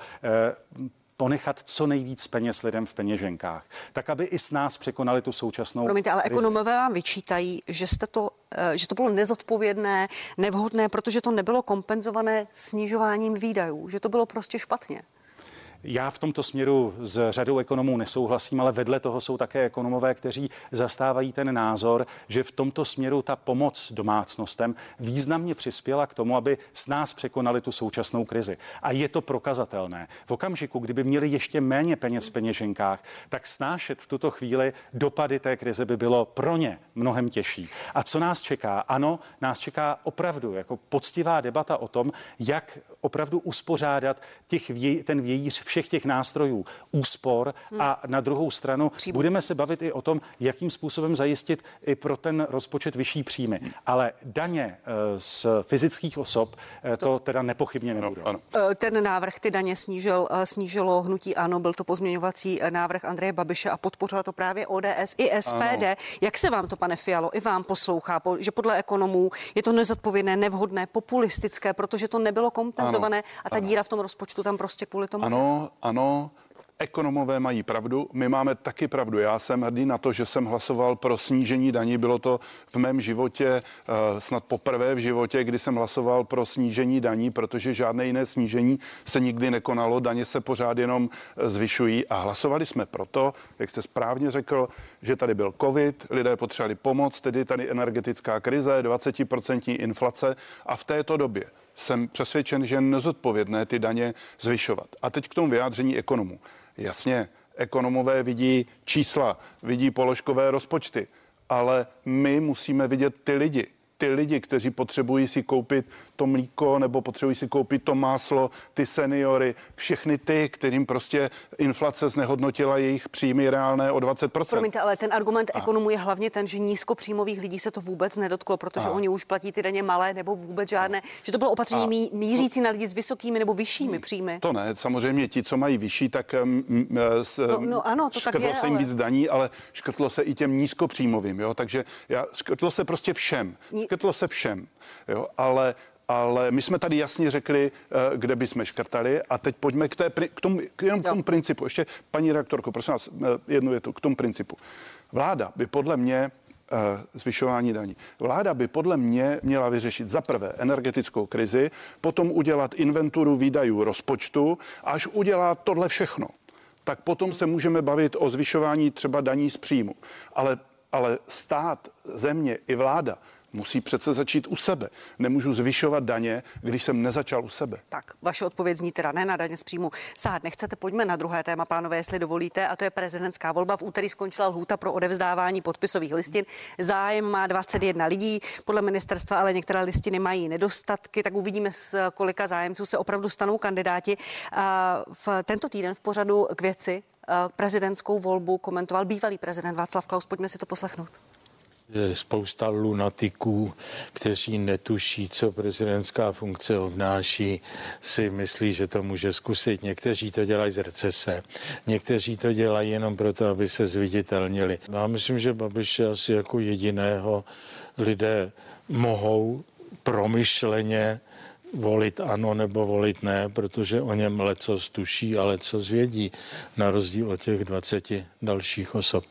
ponechat co nejvíc peněz lidem v peněženkách, tak aby i s nás překonali tu současnou. Promiňte, ale ekonomové vám vyčítají, že to bylo nezodpovědné, nevhodné, protože to nebylo kompenzované snižováním výdajů, že to bylo prostě špatně. Já v tomto směru s řadou ekonomů nesouhlasím, ale vedle toho jsou také ekonomové, kteří zastávají ten názor, že v tomto směru ta pomoc domácnostem významně přispěla k tomu, aby s nás překonali tu současnou krizi. A je to prokazatelné. V okamžiku, kdyby měli ještě méně peněz v peněženkách, tak snášet v tuto chvíli dopady té krize by bylo pro ně mnohem těžší. A co nás čeká? Ano, nás čeká opravdu jako poctivá debata o tom, jak opravdu uspořádat ten vějíř všech těch nástrojů úspor a na druhou stranu budeme se bavit i o tom, jakým způsobem zajistit i pro ten rozpočet vyšší příjmy. Ale daně z fyzických osob to teda nepochybně nebudou. Ano. Ten návrh ty daně snížilo hnutí ANO, byl to pozměňovací návrh Andreje Babiše a podpořila to právě ODS i SPD. Ano. Jak se vám to, pane Fialo, i vám poslouchá, že podle ekonomů je to nezodpovědné, nevhodné, populistické, protože to nebylo kompenzované a ta díra v tom rozpočtu tam prostě kvůli tomu. Ano, ekonomové mají pravdu, my máme taky pravdu. Já jsem hrdý na to, že jsem hlasoval pro snížení daní. Bylo to v mém životě snad poprvé v životě, kdy jsem hlasoval pro snížení daní, protože žádné jiné snížení se nikdy nekonalo. Daně se pořád jenom zvyšují a hlasovali jsme proto, jak jste správně řekl, že tady byl covid, lidé potřebovali pomoc, tedy tady energetická krize, 20% inflace a v této době jsem přesvědčen, že je nezodpovědné ty daně zvyšovat. A teď k tomu vyjádření ekonomů. Jasně, ekonomové vidí čísla, vidí položkové rozpočty, ale my musíme vidět ty lidi, kteří potřebují si koupit to mlíko nebo potřebují si koupit to máslo, ty seniory, všechny ty, kterým prostě inflace znehodnotila jejich příjmy reálné o 20%. Promiňte, ale ten argument ekonomů je hlavně ten, že nízkopříjmových lidí se to vůbec nedotklo, protože oni už platí ty daně malé nebo vůbec žádné, že to bylo opatření mířící na lidi s vysokými nebo vyššími příjmy. To ne, samozřejmě ti, co mají vyšší, tak ano, to škrtlo tak je, se jim víc daní, ale škrtlo se i těm nízkopříjmovým, jo, takže škrtlo se prostě všem. Škrtlo se všem, jo, ale my jsme tady jasně řekli, kde bychom škrtali a teď pojďme k tomu principu. Ještě, paní redaktorko, prosím vás, jednu větu k tomu principu. Vláda by podle mě zvyšování daní. Vláda by podle mě měla vyřešit za prvé energetickou krizi, potom udělat inventuru výdajů rozpočtu a až udělá tohle všechno, tak potom se můžeme bavit o zvyšování třeba daní z příjmu. Ale stát, země i vláda musí přece začít u sebe. Nemůžu zvyšovat daně, když jsem nezačal u sebe. Tak, vaše odpověď zní teda ne na daně z příjmu. Sahat nechcete, pojďme na druhé téma, pánové, jestli dovolíte, a to je prezidentská volba. V úterý skončila lhůta pro odevzdávání podpisových listin. Zájem má 21 lidí, podle ministerstva ale některé listiny mají nedostatky, tak uvidíme, z kolika zájemců se opravdu stanou kandidáti. V tento týden v pořadu K věci prezidentskou volbu komentoval bývalý prezident Václav Klaus. Pojďme si to poslechnout. Je spousta lunatiků, kteří netuší, co prezidentská funkce obnáší, si myslí, že to může zkusit. Někteří to dělají z recese, někteří to dělají jenom proto, aby se zviditelnili. Já myslím, že Babiše asi jako jediného lidé mohou promyšleně volit ano nebo volit ne, protože o něm lecos tuší a lecos vědí, na rozdíl od těch 20 dalších osob.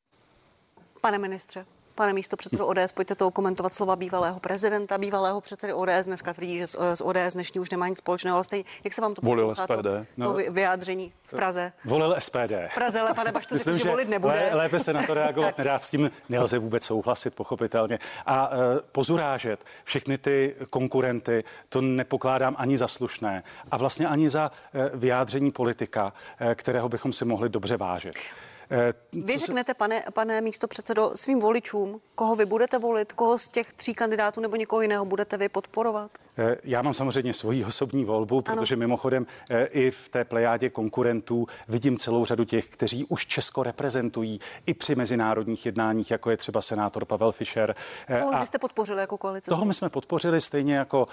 Pane ministře, pane místopředsedo ODS, pojďte to komentovat slova bývalého prezidenta, bývalého předsedy ODS. Dneska tvrdí, že z ODS dnešní už nemá nic společného, ale stejně, jak se vám to volil poslouchá, to vyjádření v Praze? Volil SPD. V Praze, ale pane Baštu řekl, že volit nebude. Lépe se na to reagovat nedá, s tím nelze vůbec souhlasit, pochopitelně. A pozurážet všechny ty konkurenty, to nepokládám ani za slušné a vlastně ani za vyjádření politika, kterého bychom si mohli dobře vážit. Vy řeknete, pane místopředsedo, svým voličům, koho vy budete volit, koho z těch 3 kandidátů nebo někoho jiného budete vy podporovat? Já mám samozřejmě svoji osobní volbu, protože mimochodem i v té plejádě konkurentů vidím celou řadu těch, kteří už Česko reprezentují i při mezinárodních jednáních, jako je třeba senátor Pavel Fischer. Toho byste podpořili jako koalice? Toho my jsme podpořili stejně jako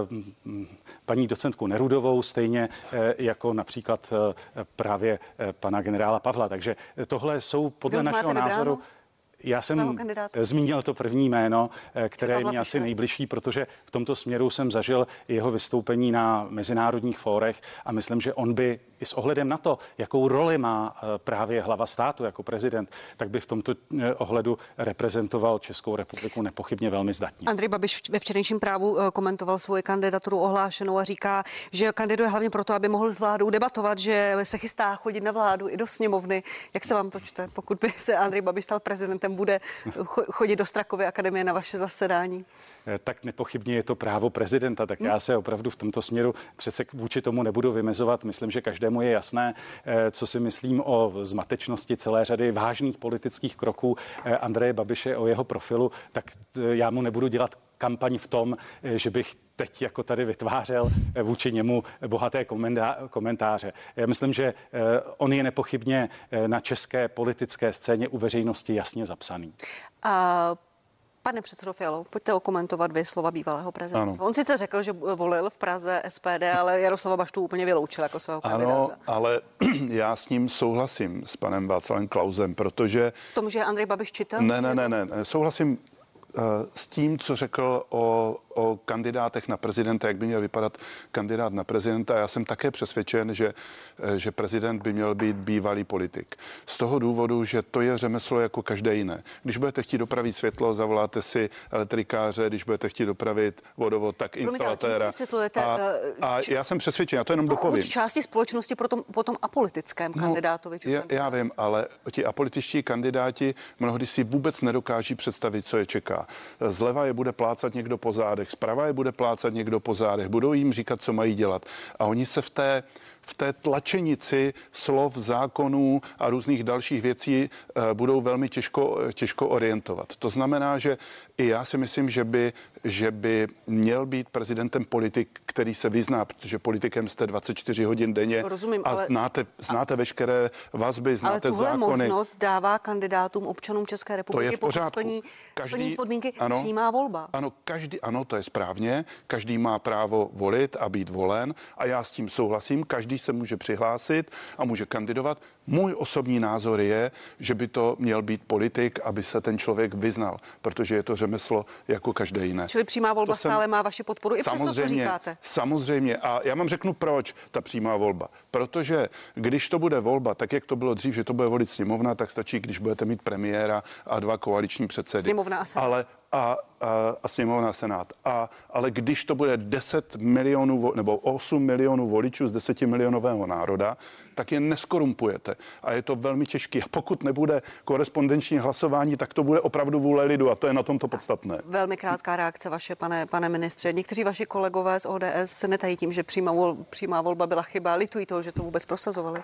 paní docentku Nerudovou, stejně jako například právě pana generála Pavla. Takže tohle jsou podle našeho názoru. Já jsem zmínil to první jméno, které je mi asi nejbližší, protože v tomto směru jsem zažil jeho vystoupení na mezinárodních fórech a myslím, že on by i s ohledem na to, jakou roli má právě hlava státu jako prezident, tak by v tomto ohledu reprezentoval Českou republiku nepochybně velmi zdatně. Andrej Babiš ve včerejším Právu komentoval svoji kandidaturu ohlášenou a říká, že kandiduje hlavně proto, aby mohl s vládou debatovat, že se chystá chodit na vládu i do sněmovny. Jak se vám to čte, pokud by se Andrej Babiš stal prezidentem, bude chodit do Strakovy akademie na vaše zasedání? Tak nepochybně je to právo prezidenta, tak já se opravdu v tomto směru přece vůči tomu nebudu vymezovat. Myslím, že každému je jasné, co si myslím o zmatečnosti celé řady vážných politických kroků Andreje Babiše, o jeho profilu, tak já mu nebudu dělat kampaň v tom, že bych teď jako tady vytvářel vůči němu bohaté komentáře. Já myslím, že on je nepochybně na české politické scéně u veřejnosti jasně zapsaný. Pane předsedo Fialo, pojďte okomentovat vy slova bývalého prezidenta. Ano. On sice řekl, že volil v Praze SPD, ale Jaroslava Baštu úplně vyloučil jako svého kandidáta. Ano, ale já s ním souhlasím, s panem Václavem Klausem, protože... V tom, že je Andrej Babiš čitel? Ne. Souhlasím s tím, co řekl o kandidátech na prezidenta, jak by měl vypadat kandidát na prezidenta. Já jsem také přesvědčen, že prezident by měl být bývalý politik. Z toho důvodu, že to je řemeslo jako každé jiné. Když budete chtít dopravit světlo, zavoláte si elektrikáře, když budete chtít dopravit vodovod, tak instalatéra. A já jsem přesvědčen, já to jenom dopovím. Části společnosti po tom apolitickém kandidátovi. Já vím, ale ti apolitičtí kandidáti mnohdy si vůbec nedokáží představit, co je čeká. Zleva je bude plácat někdo po zádech, zprava je bude plácat někdo po zádech, budou jim říkat, co mají dělat. A oni se v té tlačenici slov, zákonů a různých dalších věcí budou velmi těžko orientovat. To znamená, že i já si myslím, že by měl být prezidentem politik, který se vyzná, protože politikem jste 24 hodin denně. Rozumím, a znáte veškeré vazby, znáte zákony. Ale tuhle možnost dává kandidátům, občanům České republiky, pokud splní podmínky, přímá volba. Ano, to je správně. Každý má právo volit a být volen a já s tím souhlasím. Každý se může přihlásit a může kandidovat. Můj osobní názor je, že by to měl být politik, aby se ten člověk vyznal, protože je to řemeslo jako každé jiné. Čili přímá volba stále má vaši podporu i přes to, co říkáte. Samozřejmě. A já vám řeknu, proč ta přímá volba. Protože když to bude volba, tak jak to bylo dřív, že to bude volit sněmovna, tak stačí, když budete mít premiéra a 2 koaliční předsedy. Sněmovna a senát. A sněmovna a senát. Ale když to bude 10 milionů nebo 8 milionů voličů z 10 milionového národa, tak je neskorumpujete. A je to velmi těžké. A pokud nebude korespondenční hlasování, tak to bude opravdu vůle lidu a to je na tomto podstatné. Velmi krátká reakce vaše, pane ministře. Někteří vaši kolegové z ODS se netají tím, že přímá volba byla chyba. Litují toho, že to vůbec prosazovali?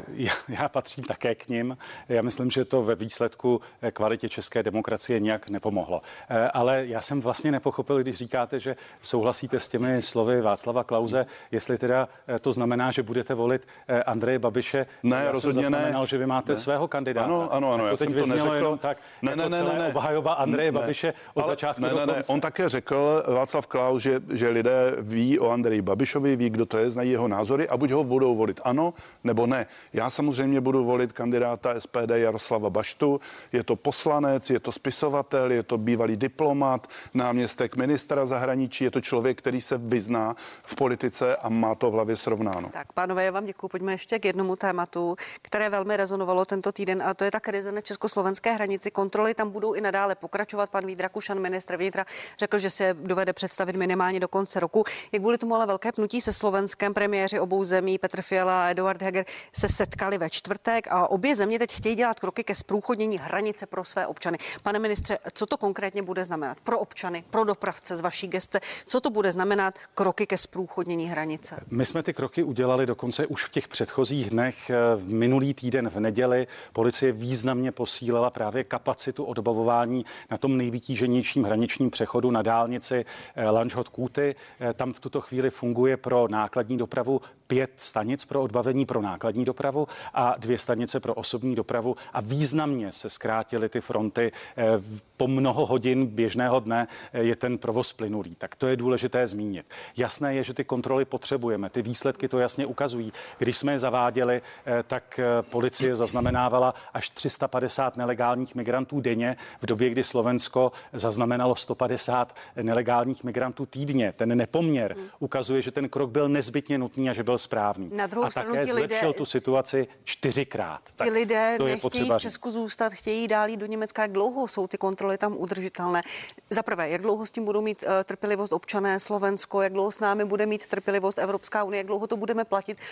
Já patřím také k nim. Já myslím, že to ve výsledku kvalitě české demokracie nějak nepomohlo. Ale já jsem vlastně nepochopil, když říkáte, že souhlasíte s těmi slovy Václava Klause, jestli teda to znamená, že budete volit Andreje Babiše. Ne, já rozhodně jsem zaznamenal, že vy máte svého kandidáta. Ano, já jsem to neřekl. Jenom tak, ne. Obhajoba Andreje Babiše od začátku do konce. On také řekl, Václav Klaus, že lidé ví o Andreji Babišovi, ví, kdo to je, znají jeho názory a buď ho budou volit ano, nebo ne. Já samozřejmě budu volit kandidáta SPD Jaroslava Baštu. Je to poslanec, je to spisovatel, je to bývalý diplomat, náměstek ministra zahraničí, je to člověk, který se vyzná v politice a má to v hlavě srovnáno. Tak, pánové, já vám děkuji. Pojďme ještě k jednomu tématu, které velmi rezonovalo tento týden, a to je ta krize na československé hranici. Kontroly tam budou i nadále pokračovat. Pan Vít Rakušan, ministr vnitra, řekl, že se dovede představit minimálně do konce roku. Je kvůli tomu ale velké pnutí se Slovenskem. Premiéři obou zemí Petr Fiala a Eduard Heger se setkali ve čtvrtek a obě země teď chtějí dělat kroky ke zprůchodnění hranice pro své občany. Pane ministře, co to konkrétně bude znamenat pro občany, pro dopravce z vaší gesce? Co to bude znamenat kroky ke zprůchodnění hranice? My jsme ty kroky udělali dokonce už v těch předchozích dnech. Minulý týden v neděli policie významně posílila právě kapacitu odbavování na tom nejvytíženějším hraničním přechodu na dálnici Lanžhot-Kúty. Tam v tuto chvíli funguje pro nákladní dopravu 5 stanic pro odbavení pro nákladní dopravu a 2 stanice pro osobní dopravu a významně se zkrátily ty fronty. Po mnoho hodin běžného dne je ten provoz plynulý. Tak to je důležité zmínit. Jasné je, že ty kontroly potřebujeme. Ty výsledky to jasně ukazují. Když jsme je zaváděli, tak policie zaznamenávala až 350 nelegálních migrantů denně v době, kdy Slovensko zaznamenalo 150 nelegálních migrantů týdně. Ten nepoměr ukazuje, že ten krok byl nezbytně nutný a že byl správný. Na druhou a stranu také zlepšil tu situaci 4krát. Ti lidé nechtějí v Česku zůstat, chtějí dál jít do Německa. Jak dlouho jsou ty kontroly tam udržitelné? Za prvé, jak dlouho s tím budou mít trpělivost občané Slovensko, jak dlouho s námi bude mít trpělivost Evropská unie, jak dlouho to budeme platit,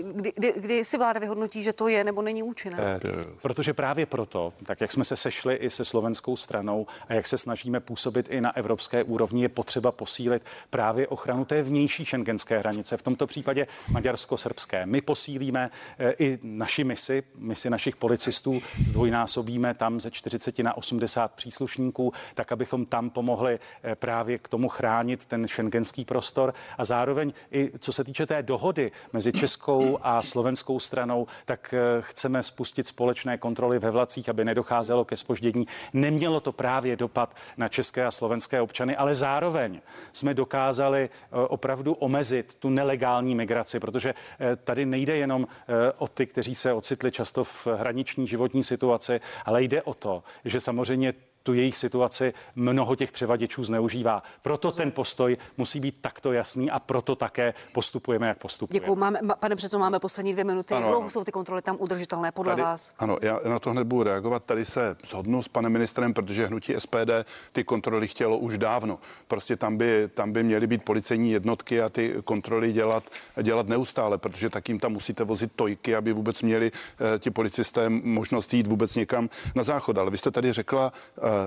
kdy si vláda vyhodnotí, že to je nebo není účinné? Protože právě proto, tak jak jsme se sešli i se slovenskou stranou a jak se snažíme působit i na evropské úrovni, je potřeba posílit právě ochranu té vnější šengenské hranice, v tomto případě maďarsko-srbské. My posílíme i naši misi našich policistů, zdvojnásobíme tam ze 40 na 80 příslušníků, tak abychom tam pomohli právě k tomu chránit ten šengenský prostor a zároveň i co se týče té dohody mezi českou a slovenskou stranou, tak chceme spustit společné kontroly ve vlacích, aby nedocházelo ke zpoždění. Nemělo to právě dopad na české a slovenské občany, ale zároveň jsme dokázali opravdu omezit tu nelegální migraci, protože tady nejde jenom o ty, kteří se ocitli často v hraniční životní situaci, ale jde o to, že samozřejmě tu jejich situaci mnoho těch převaděčů zneužívá. Proto ten postoj musí být takto jasný a proto také postupujeme, jak postupujeme. Děkuji. Pane předsedo, máme poslední 2 minuty. Jak dlouho jsou ty kontroly tam udržitelné podle vás? Ano, já na to hned budu reagovat. Tady se shodnu s panem ministrem, protože hnutí SPD ty kontroly chtělo už dávno. Prostě tam by měly být policejní jednotky a ty kontroly dělat neustále, protože tak jim tam musíte vozit tojky, aby vůbec měli ti policisté možnost jít vůbec někam na záchod. Ale vy jste tady řekla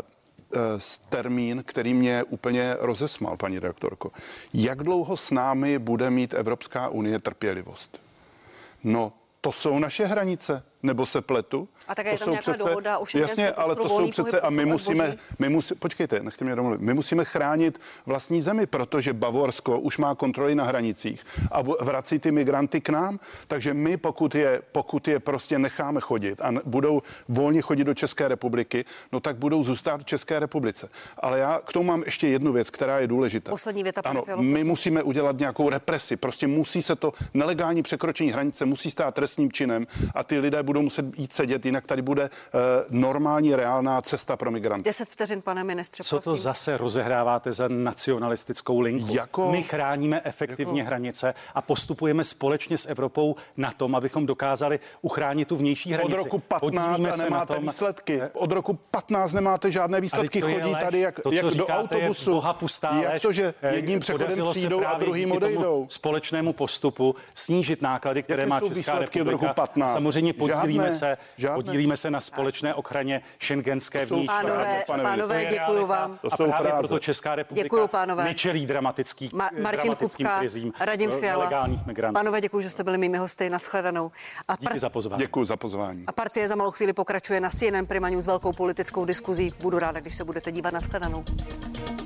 termín, který mě úplně rozesmal, paní redaktorko. Jak dlouho s námi bude mít Evropská unie trpělivost? No, to jsou naše hranice, nebo se pletu? A také je tam nějaká dohoda o šengenském jasně, ale to jsou přece, a počkejte, nechte mě domluvit, my musíme chránit vlastní zemi, protože Bavorsko už má kontroly na hranicích a vrací ty migranty k nám, takže my, pokud je prostě necháme chodit a budou volně chodit do České republiky, no tak budou zůstat v České republice. Ale já k tomu mám ještě jednu věc, která je důležitá. Poslední věta, pane Ano, Fialo, my prosím. musíme udělat nějakou represi, prostě musí se to nelegální překročení hranice musí stát trestným činem a ty lidé budou muset jít sedět, jinak tady bude normální, reálná cesta pro migranty. 10 vteřin, pane ministře, Co prosím. to zase rozehráváte za nacionalistickou linku? My chráníme efektivně hranice a postupujeme společně s Evropou na tom, abychom dokázali uchránit tu vnější hranici. Od roku 15 a nemáte výsledky. Od roku 15 nemáte žádné výsledky. Chodí tady jak do autobusu. Boha pustá jak to, že jedním přechodem přijdou a druhým odejdou? Společnému postupu snížit náklady, které má Česká republika. Samozřejmě podílíme se na společné ochraně šengenské vnější hranice. Pánové, děkuju vám. To jsou fráze. Proto Česká republika nečelí dramatickým krizím Radim Fiala. nelegálních migrantů. Pánové, děkuji, že jste byli mými hosty. Nashledanou. Díky za pozvání. Děkuji za pozvání. A Partie za malou chvíli pokračuje na CNN Prima News velkou politickou diskuzí. Budu ráda, když se budete dívat. Nashledanou.